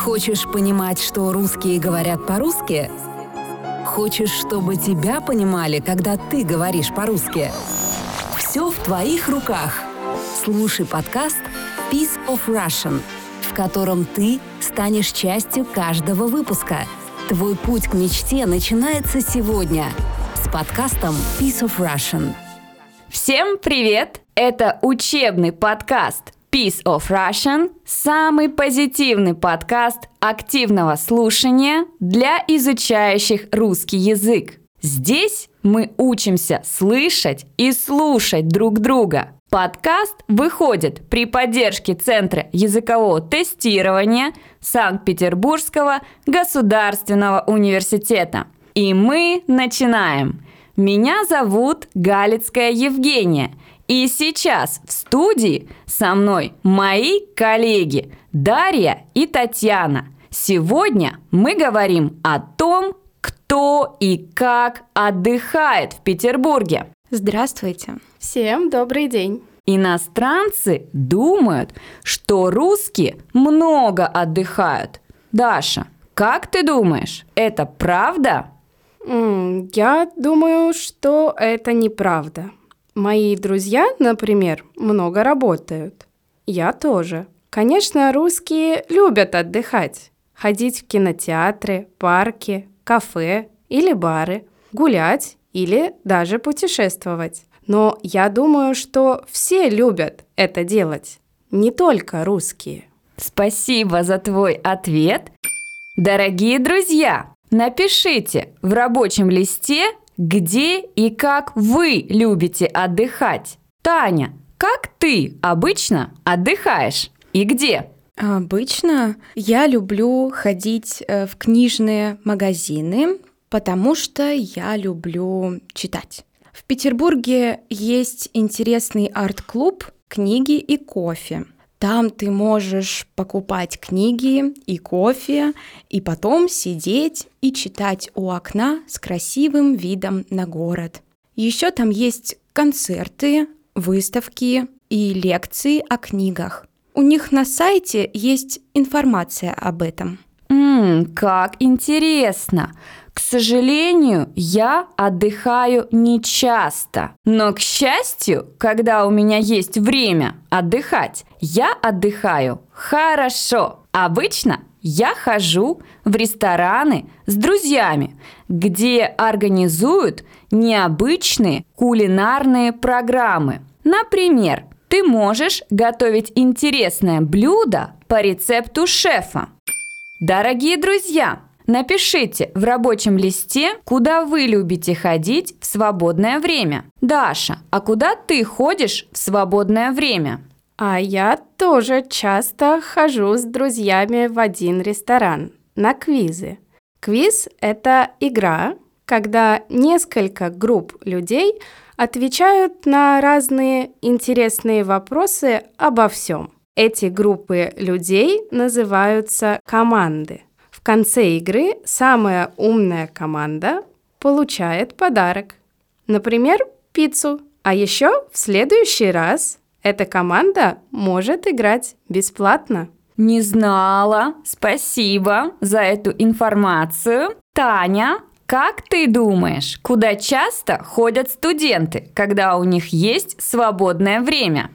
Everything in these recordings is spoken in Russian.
Хочешь понимать, что русские говорят по-русски? Хочешь, чтобы тебя понимали, когда ты говоришь по-русски? Все в твоих руках. Слушай подкаст Piece of Russian, в котором ты станешь частью каждого выпуска. Твой путь к мечте начинается сегодня с подкастом Piece of Russian. Всем привет! Это учебный подкаст Piece of Russian, самый позитивный подкаст активного слушания для изучающих русский язык. Здесь мы учимся слышать и слушать друг друга. Подкаст выходит при поддержке Центра языкового тестирования Санкт-Петербургского государственного университета. И мы начинаем! Меня зовут Галицкая Евгения, и сейчас в студии со мной мои коллеги Дарья и Татьяна. Сегодня мы говорим о том, кто и как отдыхает в Петербурге. Здравствуйте. Всем добрый день. Иностранцы думают, что русские много отдыхают. Даша, как ты думаешь, это правда? Я думаю, что это неправда. Мои друзья, например, много работают. Я тоже. Конечно, русские любят отдыхать. Ходить в кинотеатры, парки, кафе или бары, гулять или даже путешествовать. Но я думаю, что все любят это делать, не только русские. Спасибо за твой ответ. Дорогие друзья, напишите в рабочем листе, где и как вы любите отдыхать. Таня, как ты обычно отдыхаешь и где? Обычно я люблю ходить в книжные магазины, потому что я люблю читать. В Петербурге есть интересный арт-клуб «Книги и кофе». Там ты можешь покупать книги и кофе, и потом сидеть и читать у окна с красивым видом на город. Еще там есть концерты, выставки и лекции о книгах. У них на сайте есть информация об этом. Как интересно! К сожалению, я отдыхаю не часто. Но, к счастью, когда у меня есть время отдыхать, я отдыхаю хорошо. Обычно я хожу в рестораны с друзьями, где организуют необычные кулинарные программы. Например, ты можешь готовить интересное блюдо по рецепту шефа. Дорогие друзья, напишите в рабочем листе, куда вы любите ходить в свободное время. Даша, а куда ты ходишь в свободное время? А я тоже часто хожу с друзьями в один ресторан на квизы. Квиз – это игра, когда несколько групп людей отвечают на разные интересные вопросы обо всем. Эти группы людей называются команды. В конце игры самая умная команда получает подарок. Например, пиццу. А еще в следующий раз эта команда может играть бесплатно. Не знала. Спасибо за эту информацию. Таня, как ты думаешь, куда часто ходят студенты, когда у них есть свободное время?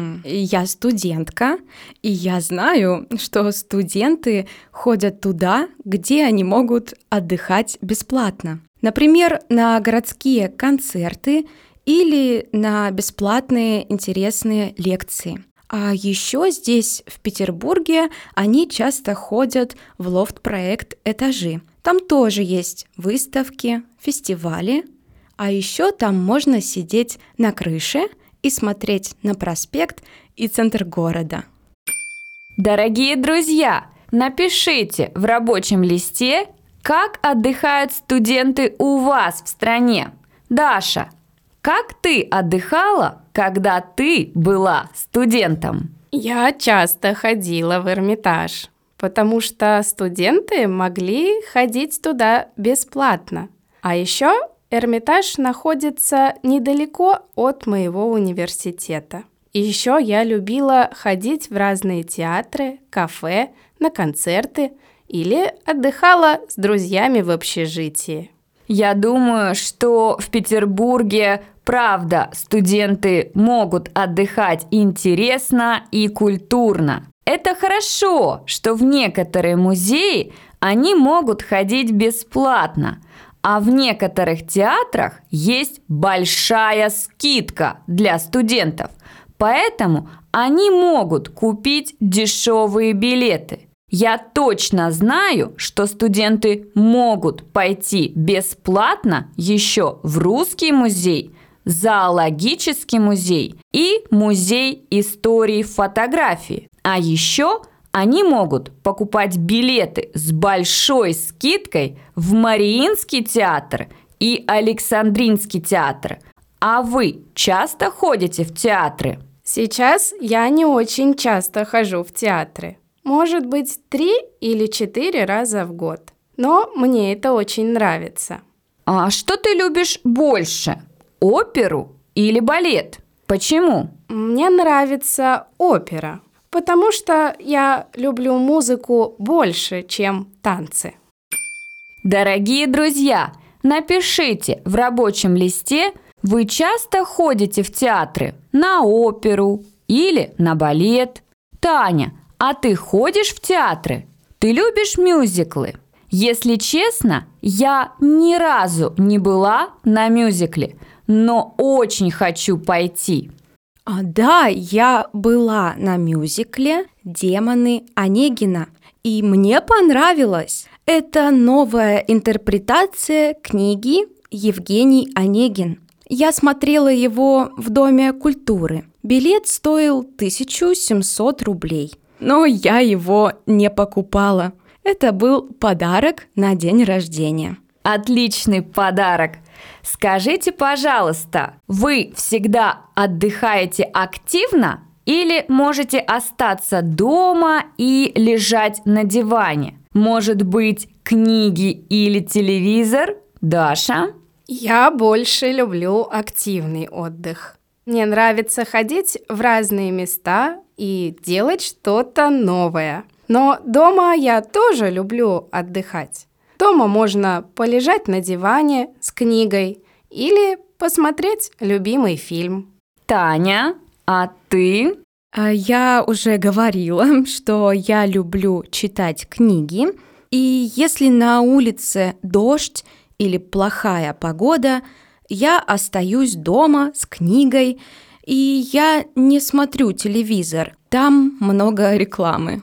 Я студентка, и я знаю, что студенты ходят туда, где они могут отдыхать бесплатно. Например, на городские концерты или на бесплатные интересные лекции. А еще здесь, в Петербурге, они часто ходят в лофт-проект «Этажи». Там тоже есть выставки, фестивали, а еще там можно сидеть на крыше и смотреть на проспект и центр города. Дорогие друзья, напишите в рабочем листе, как отдыхают студенты у вас в стране. Даша, как ты отдыхала, когда ты была студентом? Я часто ходила в Эрмитаж, потому что студенты могли ходить туда бесплатно. А еще Эрмитаж находится недалеко от моего университета. И еще я любила ходить в разные театры, кафе, на концерты или отдыхала с друзьями в общежитии. Я думаю, что в Петербурге, правда, студенты могут отдыхать интересно и культурно. Это хорошо, что в некоторые музеи они могут ходить бесплатно, а в некоторых театрах есть большая скидка для студентов, поэтому они могут купить дешевые билеты. Я точно знаю, что студенты могут пойти бесплатно еще в Русский музей, Зоологический музей и Музей истории фотографии. А еще они могут покупать билеты с большой скидкой в Мариинский театр и Александринский театр. А вы часто ходите в театры? Сейчас я не очень часто хожу в театры. Может быть, 3 или 4 раза в год. Но мне это очень нравится. А что ты любишь больше? Оперу или балет? Почему? Мне нравится опера, потому что я люблю музыку больше, чем танцы. Дорогие друзья, напишите в рабочем листе, вы часто ходите в театры, на оперу или на балет? Таня, а ты ходишь в театры? Ты любишь мюзиклы? Если честно, я ни разу не была на мюзикле, но очень хочу пойти. Да, я была на мюзикле «Демоны Онегина», и мне понравилось. Это новая интерпретация книги «Евгений Онегин». Я смотрела его в Доме культуры. Билет стоил 1700 рублей, но я его не покупала. Это был подарок на день рождения. Отличный подарок! Скажите, пожалуйста, вы всегда отдыхаете активно или можете остаться дома и лежать на диване? Может быть, книги или телевизор? Даша? Я больше люблю активный отдых. Мне нравится ходить в разные места и делать что-то новое. Но дома я тоже люблю отдыхать. Дома можно полежать на диване с книгой или посмотреть любимый фильм. Таня, а ты? Я уже говорила, что я люблю читать книги, и если на улице дождь или плохая погода, я остаюсь дома с книгой, и я не смотрю телевизор, там много рекламы.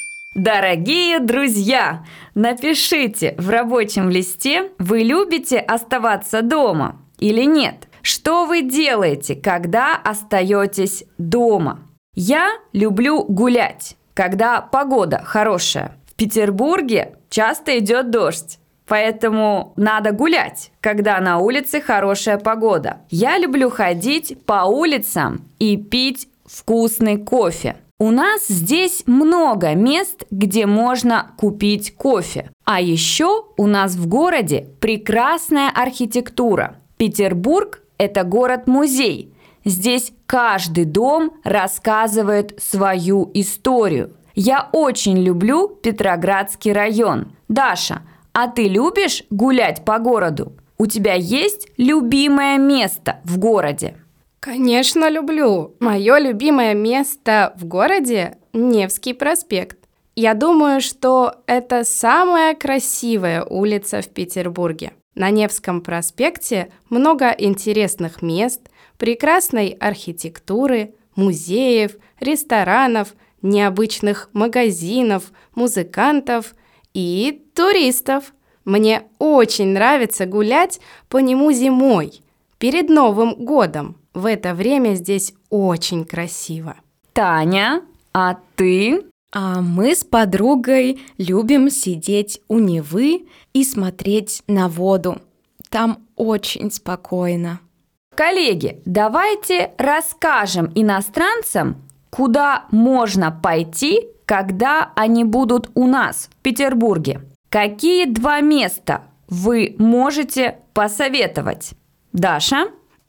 Дорогие друзья, напишите в рабочем листе, вы любите оставаться дома или нет? Что вы делаете, когда остаетесь дома? Я люблю гулять, когда погода хорошая. В Петербурге часто идет дождь, поэтому надо гулять, когда на улице хорошая погода. Я люблю ходить по улицам и пить вкусный кофе. У нас здесь много мест, где можно купить кофе. А еще у нас в городе прекрасная архитектура. Петербург – это город-музей. Здесь каждый дом рассказывает свою историю. Я очень люблю Петроградский район. Даша, а ты любишь гулять по городу? У тебя есть любимое место в городе? Конечно, люблю. Мое любимое место в городе – Невский проспект. Я думаю, что это самая красивая улица в Петербурге. На Невском проспекте много интересных мест, прекрасной архитектуры, музеев, ресторанов, необычных магазинов, музыкантов и туристов. Мне очень нравится гулять по нему зимой, перед Новым годом. В это время здесь очень красиво. Таня, а ты? Мы с подругой любим сидеть у Невы и смотреть на воду. Там очень спокойно. Коллеги, давайте расскажем иностранцам, куда можно пойти, когда они будут у нас в Петербурге. Какие 2 места вы можете посоветовать? Даша?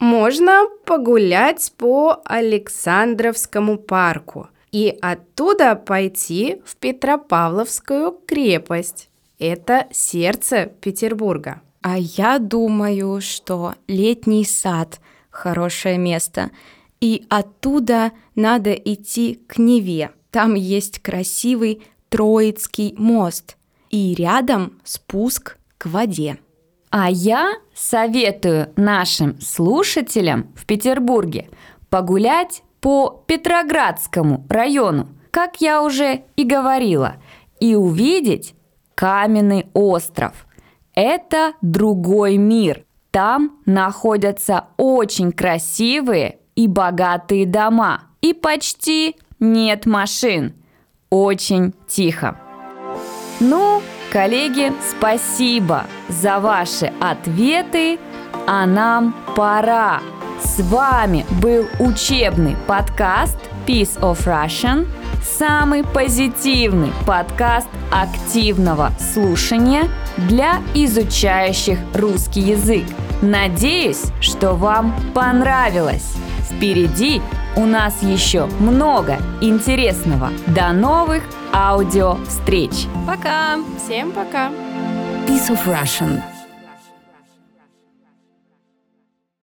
Можно погулять по Александровскому парку и оттуда пойти в Петропавловскую крепость. Это сердце Петербурга. А я думаю, что летний сад – хорошее место. И оттуда надо идти к Неве. Там есть красивый Троицкий мост. И рядом спуск к воде. А я советую нашим слушателям в Петербурге погулять по Петроградскому району, как я уже и говорила, и увидеть Каменный остров. Это другой мир. Там находятся очень красивые и богатые дома, и почти нет машин. Очень тихо. Ну, коллеги, спасибо за ваши ответы, а нам пора. С вами был учебный подкаст Piece of Russian, самый позитивный подкаст активного слушания для изучающих русский язык. Надеюсь, что вам понравилось. Впереди у нас еще много интересного. До новых аудиовстреч. Пока! Всем пока! Piece of Russian.